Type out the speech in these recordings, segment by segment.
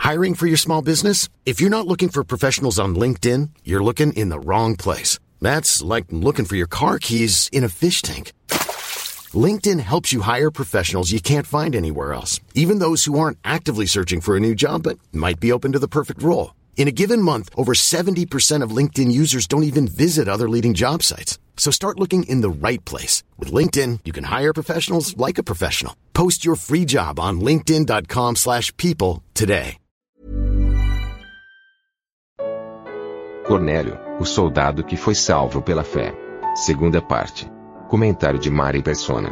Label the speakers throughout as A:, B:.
A: Hiring for your small business? If you're not looking for professionals on LinkedIn, you're looking in the wrong place. That's like looking for your car keys in a fish tank. LinkedIn helps you hire professionals you can't find anywhere else, even those who aren't actively searching for a new job but might be open to the perfect role. In a given month, over 70% of LinkedIn users don't even visit other leading job sites. So start looking in the right place. With LinkedIn, you can hire professionals like a professional. Post your free job on linkedin.com/people today.
B: Cornélio, o soldado que foi salvo pela fé. Segunda parte. Comentário de Mari Persona.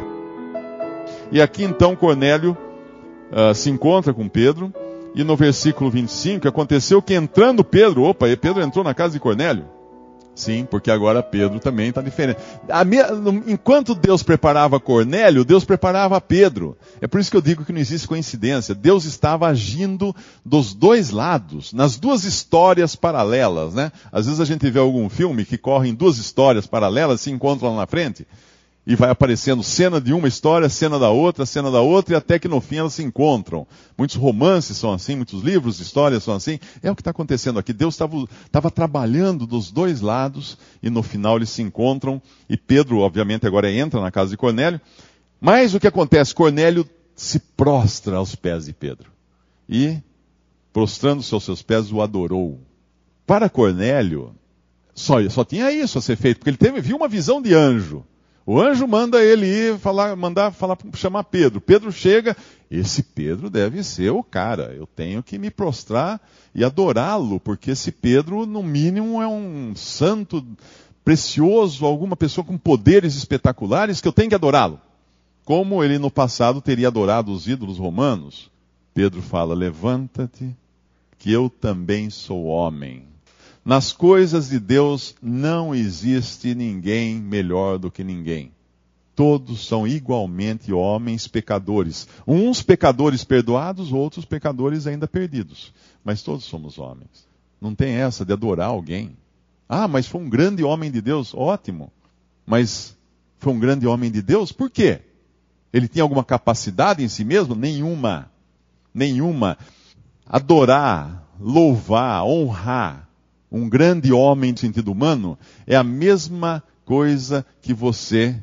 C: E aqui então Cornélio se encontra com Pedro. E no versículo 25, aconteceu que entrando Pedro entrou na casa de Cornélio. Sim, porque agora Pedro também está diferente. Enquanto Deus preparava Cornélio, Deus preparava Pedro. É por isso que eu digo que não existe coincidência. Deus estava agindo dos dois lados, nas duas histórias paralelas, né? Às vezes a gente vê algum filme que correm duas histórias paralelas, se encontram lá na frente. E vai aparecendo cena de uma história, cena da outra, e até que no fim elas se encontram. Muitos romances são assim, muitos livros de histórias são assim. É o que está acontecendo aqui. Deus estava trabalhando dos dois lados e no final eles se encontram. E Pedro, obviamente, agora entra na casa de Cornélio. Mas o que acontece? Cornélio se prostra aos pés de Pedro. E, prostrando-se aos seus pés, o adorou. Para Cornélio, só tinha isso a ser feito, porque ele viu uma visão de anjo. O anjo manda ele ir chamar Pedro. Pedro chega, esse Pedro deve ser o cara. Eu tenho que me prostrar e adorá-lo, porque esse Pedro, no mínimo, é um santo precioso, alguma pessoa com poderes espetaculares que eu tenho que adorá-lo. Como ele no passado teria adorado os ídolos romanos. Pedro fala, levanta-te, que eu também sou homem. Nas coisas de Deus não existe ninguém melhor do que ninguém. Todos são igualmente homens pecadores. Uns pecadores perdoados, outros pecadores ainda perdidos. Mas todos somos homens. Não tem essa de adorar alguém. Ah, mas foi um grande homem de Deus. Ótimo. Mas foi um grande homem de Deus? Por quê? Ele tinha alguma capacidade em si mesmo? Nenhuma. Nenhuma. Adorar, louvar, honrar um grande homem no sentido humano é a mesma coisa que você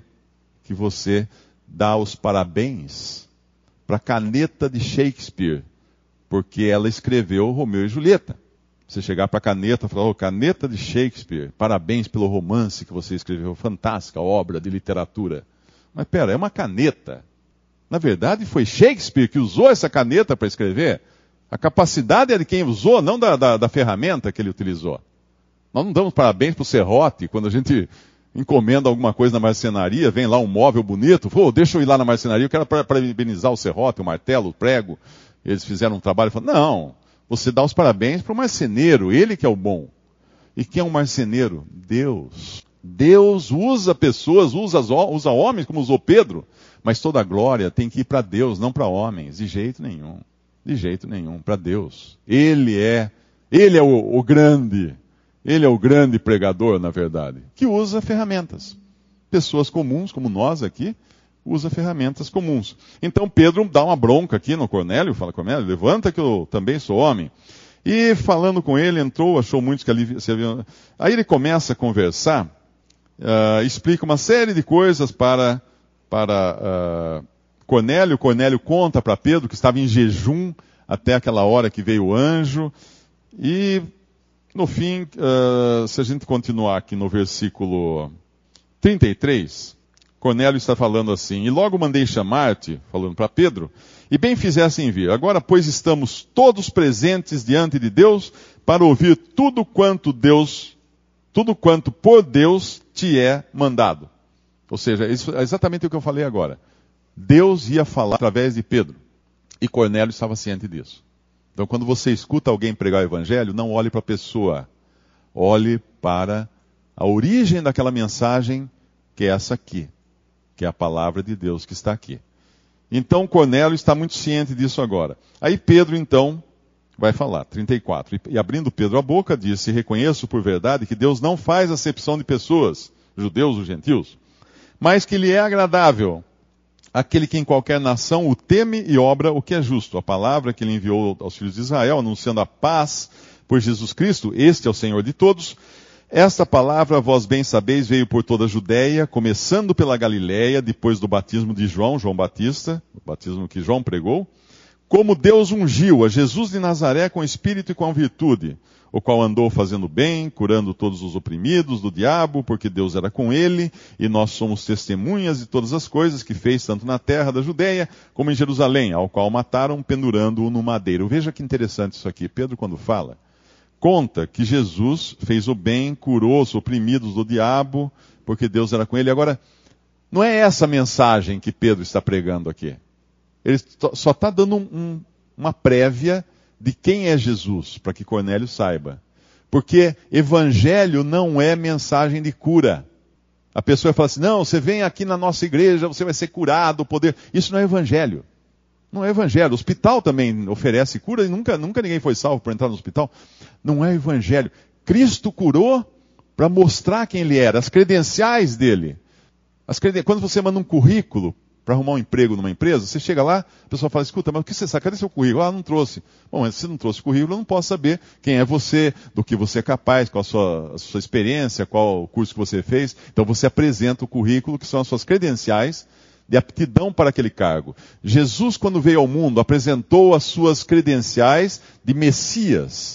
C: dá os parabéns para a caneta de Shakespeare, porque ela escreveu Romeu e Julieta. Você chegar para a caneta e falar, caneta de Shakespeare, parabéns pelo romance que você escreveu, fantástica obra de literatura. Mas pera, é uma caneta. Na verdade foi Shakespeare que usou essa caneta para escrever. A capacidade é de quem usou, não da ferramenta que ele utilizou. Nós não damos parabéns para o serrote, quando a gente encomenda alguma coisa na marcenaria, vem lá um móvel bonito, deixa eu ir lá na marcenaria, eu quero parabenizar o serrote, o martelo, o prego. Eles fizeram um trabalho e falaram, não, você dá os parabéns para o marceneiro, ele que é o bom. E quem é um marceneiro? Deus. Deus usa pessoas, usa homens, como usou Pedro, mas toda a glória tem que ir para Deus, não para homens, de jeito nenhum. De jeito nenhum, para Deus. Ele é o grande, ele é o grande pregador, na verdade, que usa ferramentas. Pessoas comuns, como nós aqui, usa ferramentas comuns. Então Pedro dá uma bronca aqui no Cornélio, fala, Cornélio, levanta que eu também sou homem. E falando com ele, entrou, achou muitos que ali se haviam... Aí ele começa a conversar, explica uma série de coisas para Cornélio. Cornélio conta para Pedro que estava em jejum até aquela hora que veio o anjo. E, no fim, se a gente continuar aqui no versículo 33, Cornélio está falando assim, e logo mandei chamar-te, falando para Pedro, e bem fizessem vir. Agora, pois, estamos todos presentes diante de Deus para ouvir tudo quanto por Deus te é mandado. Ou seja, isso é exatamente o que eu falei agora. Deus ia falar através de Pedro. E Cornélio estava ciente disso. Então, quando você escuta alguém pregar o evangelho, não olhe para a pessoa. Olhe para a origem daquela mensagem, que é essa aqui. Que é a palavra de Deus que está aqui. Então, Cornélio está muito ciente disso agora. Aí Pedro, então, vai falar, 34. E abrindo Pedro a boca, disse, reconheço por verdade que Deus não faz acepção de pessoas, judeus ou gentios, mas que lhe é agradável aquele que em qualquer nação o teme e obra o que é justo. A palavra que ele enviou aos filhos de Israel, anunciando a paz por Jesus Cristo, este é o Senhor de todos. Esta palavra, vós bem sabeis, veio por toda a Judéia, começando pela Galiléia, depois do batismo de João Batista, o batismo que João pregou, como Deus ungiu a Jesus de Nazaré com espírito e com virtude, o qual andou fazendo bem, curando todos os oprimidos do diabo, porque Deus era com ele, e nós somos testemunhas de todas as coisas que fez, tanto na terra da Judéia, como em Jerusalém, ao qual mataram, pendurando-o no madeiro. Veja que interessante isso aqui. Pedro, quando fala, conta que Jesus fez o bem, curou os oprimidos do diabo, porque Deus era com ele. Agora, não é essa mensagem que Pedro está pregando aqui. Ele só está dando uma prévia de quem é Jesus, para que Cornélio saiba. Porque evangelho não é mensagem de cura. A pessoa fala assim, não, você vem aqui na nossa igreja, você vai ser curado, poder. Isso não é evangelho. Não é evangelho. O hospital também oferece cura e nunca ninguém foi salvo por entrar no hospital. Não é evangelho. Cristo curou para mostrar quem ele era, as credenciais dele. Quando você manda um currículo para arrumar um emprego numa empresa, você chega lá, a pessoa fala, escuta, mas o que você sabe? Cadê seu currículo? Ah, não trouxe. Bom, mas se não trouxe currículo, eu não posso saber quem é você, do que você é capaz, qual a sua experiência, qual o curso que você fez. Então você apresenta o currículo, que são as suas credenciais de aptidão para aquele cargo. Jesus, quando veio ao mundo, apresentou as suas credenciais de Messias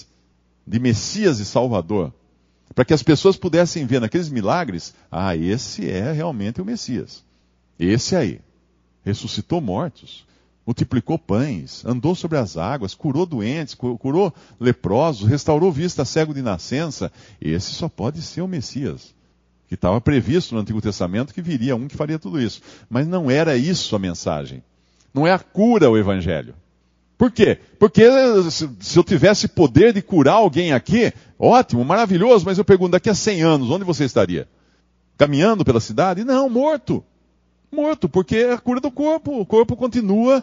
C: e Salvador, para que as pessoas pudessem ver naqueles milagres, esse é realmente o Messias. Esse aí. Ressuscitou mortos, multiplicou pães, andou sobre as águas, curou doentes, curou leprosos, restaurou vista cego de nascença. Esse só pode ser o Messias, que estava previsto no Antigo Testamento que viria um que faria tudo isso. Mas não era isso a mensagem. Não é a cura o Evangelho. Por quê? Porque se eu tivesse poder de curar alguém aqui, ótimo, maravilhoso, mas eu pergunto, daqui a 100 anos, onde você estaria? Caminhando pela cidade? Não, morto. Morto, porque é a cura do corpo. O corpo continua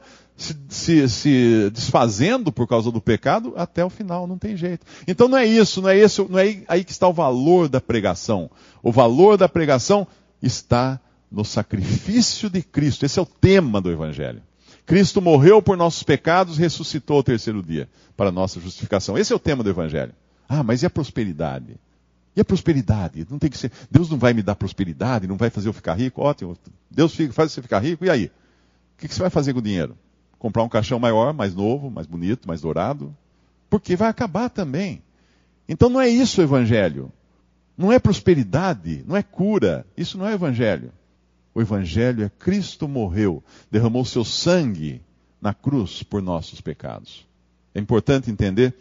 C: se desfazendo por causa do pecado até o final, não tem jeito. Então não é isso, não é aí que está o valor da pregação. O valor da pregação está no sacrifício de Cristo. Esse é o tema do Evangelho. Cristo morreu por nossos pecados, ressuscitou ao terceiro dia para a nossa justificação. Esse é o tema do Evangelho. Mas e a prosperidade? E a prosperidade? Não tem que ser. Deus não vai me dar prosperidade, não vai fazer eu ficar rico. Ótimo. Deus faz você ficar rico, e aí? O que você vai fazer com o dinheiro? Comprar um caixão maior, mais novo, mais bonito, mais dourado? Porque vai acabar também. Então não é isso o Evangelho. Não é prosperidade, não é cura. Isso não é Evangelho. O Evangelho é Cristo morreu, derramou seu sangue na cruz por nossos pecados. É importante entender.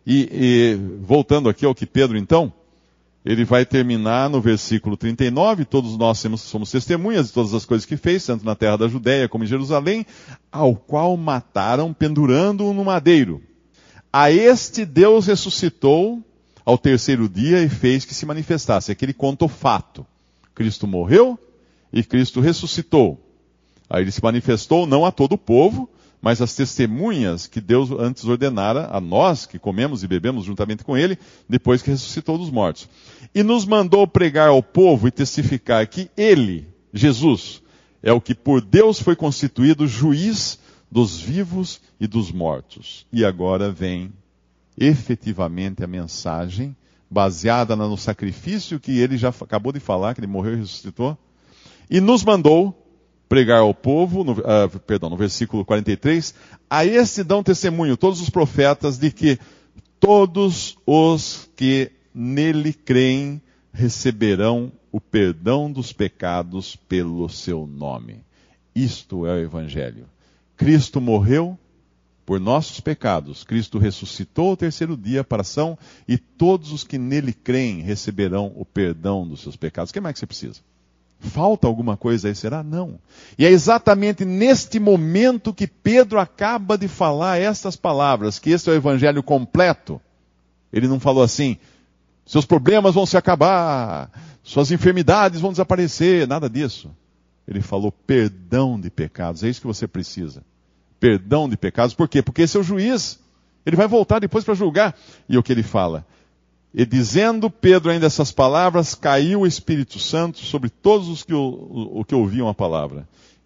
C: E voltando aqui ao que Pedro, então, ele vai terminar no versículo 39, todos nós somos testemunhas de todas as coisas que fez, tanto na terra da Judéia como em Jerusalém, ao qual mataram pendurando-o no madeiro. A este Deus ressuscitou ao terceiro dia e fez que se manifestasse. Aqui ele conta o fato. Cristo morreu e Cristo ressuscitou. Aí ele se manifestou não a todo o povo, mas as testemunhas que Deus antes ordenara a nós, que comemos e bebemos juntamente com ele, depois que ressuscitou dos mortos. E nos mandou pregar ao povo e testificar que ele, Jesus, é o que por Deus foi constituído juiz dos vivos e dos mortos. E agora vem efetivamente a mensagem, baseada no sacrifício que ele já acabou de falar, que ele morreu e ressuscitou, e nos mandou pregar ao povo, no versículo 43, a este dão testemunho todos os profetas de que todos os que nele creem receberão o perdão dos pecados pelo seu nome. Isto é o Evangelho. Cristo morreu por nossos pecados. Cristo ressuscitou ao terceiro dia para a ação e todos os que nele creem receberão o perdão dos seus pecados. O que mais que você precisa? Falta alguma coisa aí, será? Não. E é exatamente neste momento que Pedro acaba de falar estas palavras, que este é o Evangelho completo. Ele não falou assim, seus problemas vão se acabar, suas enfermidades vão desaparecer, nada disso. Ele falou perdão de pecados, é isso que você precisa. Perdão de pecados, por quê? Porque esse é o juiz. Ele vai voltar depois para julgar. E o que ele fala? E dizendo Pedro ainda essas palavras, caiu o Espírito Santo sobre todos os que ouviam a palavra.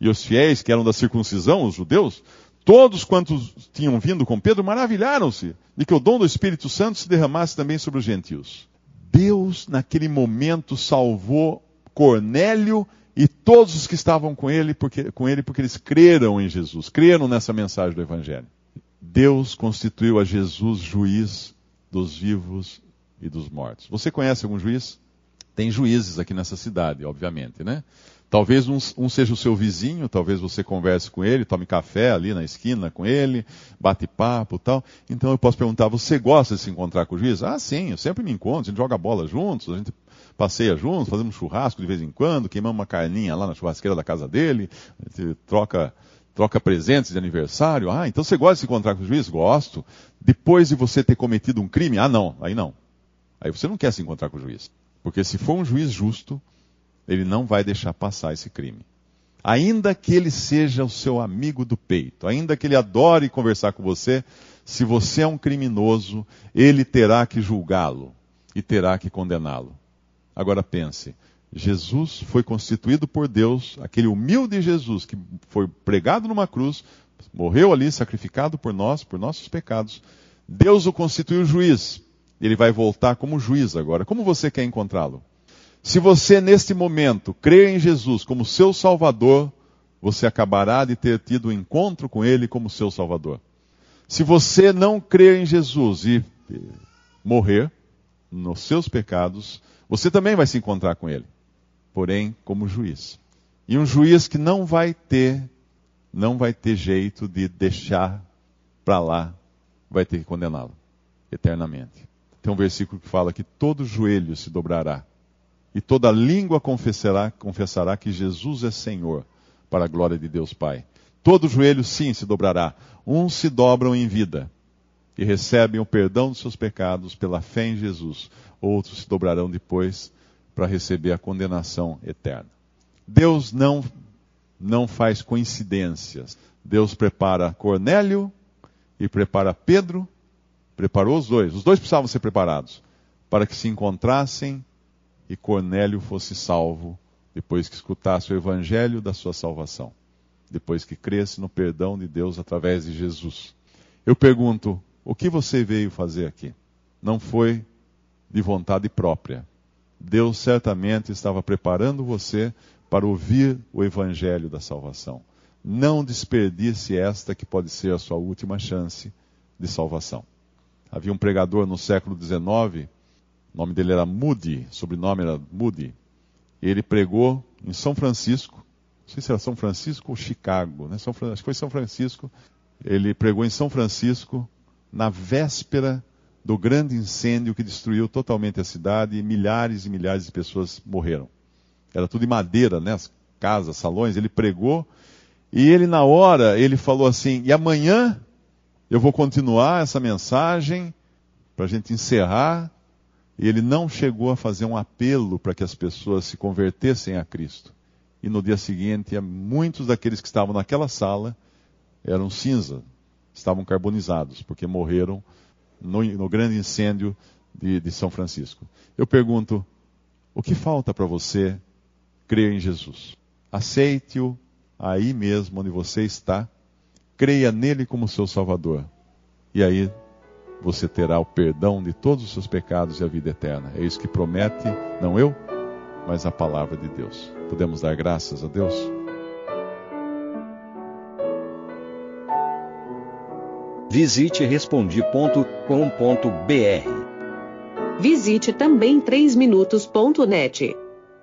C: e os fiéis que eram da circuncisão, os judeus, todos quantos tinham vindo com Pedro maravilharam-se de que o dom do Espírito Santo se derramasse também sobre os gentios. Deus, naquele momento, salvou Cornélio e todos os que estavam com ele porque eles creram em Jesus, creram nessa mensagem do Evangelho. Deus constituiu a Jesus juiz dos vivos e dos mortos. Você conhece algum juiz? Tem juízes aqui nessa cidade, obviamente, né? Talvez um seja o seu vizinho, talvez você converse com ele, tome café ali na esquina com ele, bate papo e tal. Então eu posso perguntar, você gosta de se encontrar com o juiz? Ah, sim, eu sempre me encontro, a gente joga bola juntos, a gente passeia juntos, fazemos churrasco de vez em quando, queimamos uma carninha lá na churrasqueira da casa dele, a gente troca presentes de aniversário. Ah, então você gosta de se encontrar com o juiz? Gosto. Depois de você ter cometido um crime? Ah, não, aí não. Aí você não quer se encontrar com o juiz. Porque se for um juiz justo, ele não vai deixar passar esse crime. Ainda que ele seja o seu amigo do peito, ainda que ele adore conversar com você, se você é um criminoso, ele terá que julgá-lo e terá que condená-lo. Agora pense, Jesus foi constituído por Deus, aquele humilde Jesus que foi pregado numa cruz, morreu ali, sacrificado por nós, por nossos pecados. Deus o constituiu juiz. Ele vai voltar como juiz agora. Como você quer encontrá-lo? Se você, neste momento, crer em Jesus como seu Salvador, você acabará de ter tido um encontro com Ele como seu Salvador. Se você não crer em Jesus e morrer nos seus pecados, você também vai se encontrar com Ele, porém como juiz. E um juiz que não vai ter jeito de deixar para lá, vai ter que condená-lo eternamente. Tem um versículo que fala que todo joelho se dobrará e toda língua confessará que Jesus é Senhor, para a glória de Deus Pai. Todo joelho sim se dobrará. Uns se dobram em vida e recebem o perdão dos seus pecados pela fé em Jesus. Outros se dobrarão depois para receber a condenação eterna. Deus não faz coincidências. Deus prepara Cornélio e prepara Pedro. Preparou os dois. Os dois precisavam ser preparados para que se encontrassem e Cornélio fosse salvo depois que escutasse o evangelho da sua salvação. Depois que cresce no perdão de Deus através de Jesus. Eu pergunto, o que você veio fazer aqui? Não foi de vontade própria. Deus certamente estava preparando você para ouvir o evangelho da salvação. Não desperdice esta que pode ser a sua última chance de salvação. Havia um pregador no século XIX, o nome dele era Moody, sobrenome era Moody. Ele pregou em São Francisco, não sei se era São Francisco ou Chicago, né? Acho que foi São Francisco. Ele pregou em São Francisco, na véspera do grande incêndio que destruiu totalmente a cidade e milhares de pessoas morreram. Era tudo de madeira, né? As casas, salões. Ele pregou e ele na hora, ele falou assim, e amanhã eu vou continuar essa mensagem para a gente encerrar. E ele não chegou a fazer um apelo para que as pessoas se convertessem a Cristo. E no dia seguinte, muitos daqueles que estavam naquela sala eram cinza, estavam carbonizados, porque morreram no grande incêndio de São Francisco. Eu pergunto, o que falta para você crer em Jesus? Aceite-o aí mesmo onde você está, creia nele como seu Salvador. E aí você terá o perdão de todos os seus pecados e a vida eterna. É isso que promete, não eu, mas a palavra de Deus. Podemos dar graças a Deus?
D: Visite Respondi.com.br.
E: Visite também 3minutos.net.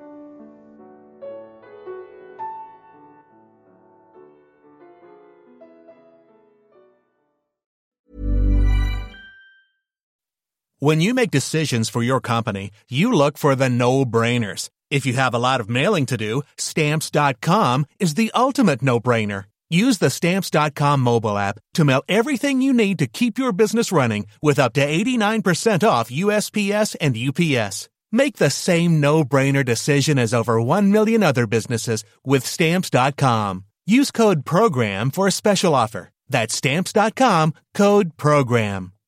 F: When you make decisions for your company, you look for the no-brainers. If you have a lot of mailing to do, Stamps.com is the ultimate no-brainer. Use the Stamps.com mobile app to mail everything you need to keep your business running with up to 89% off USPS and UPS. Make the same no-brainer decision as over 1 million other businesses with Stamps.com. Use code PROGRAM for a special offer. That's Stamps.com, code PROGRAM.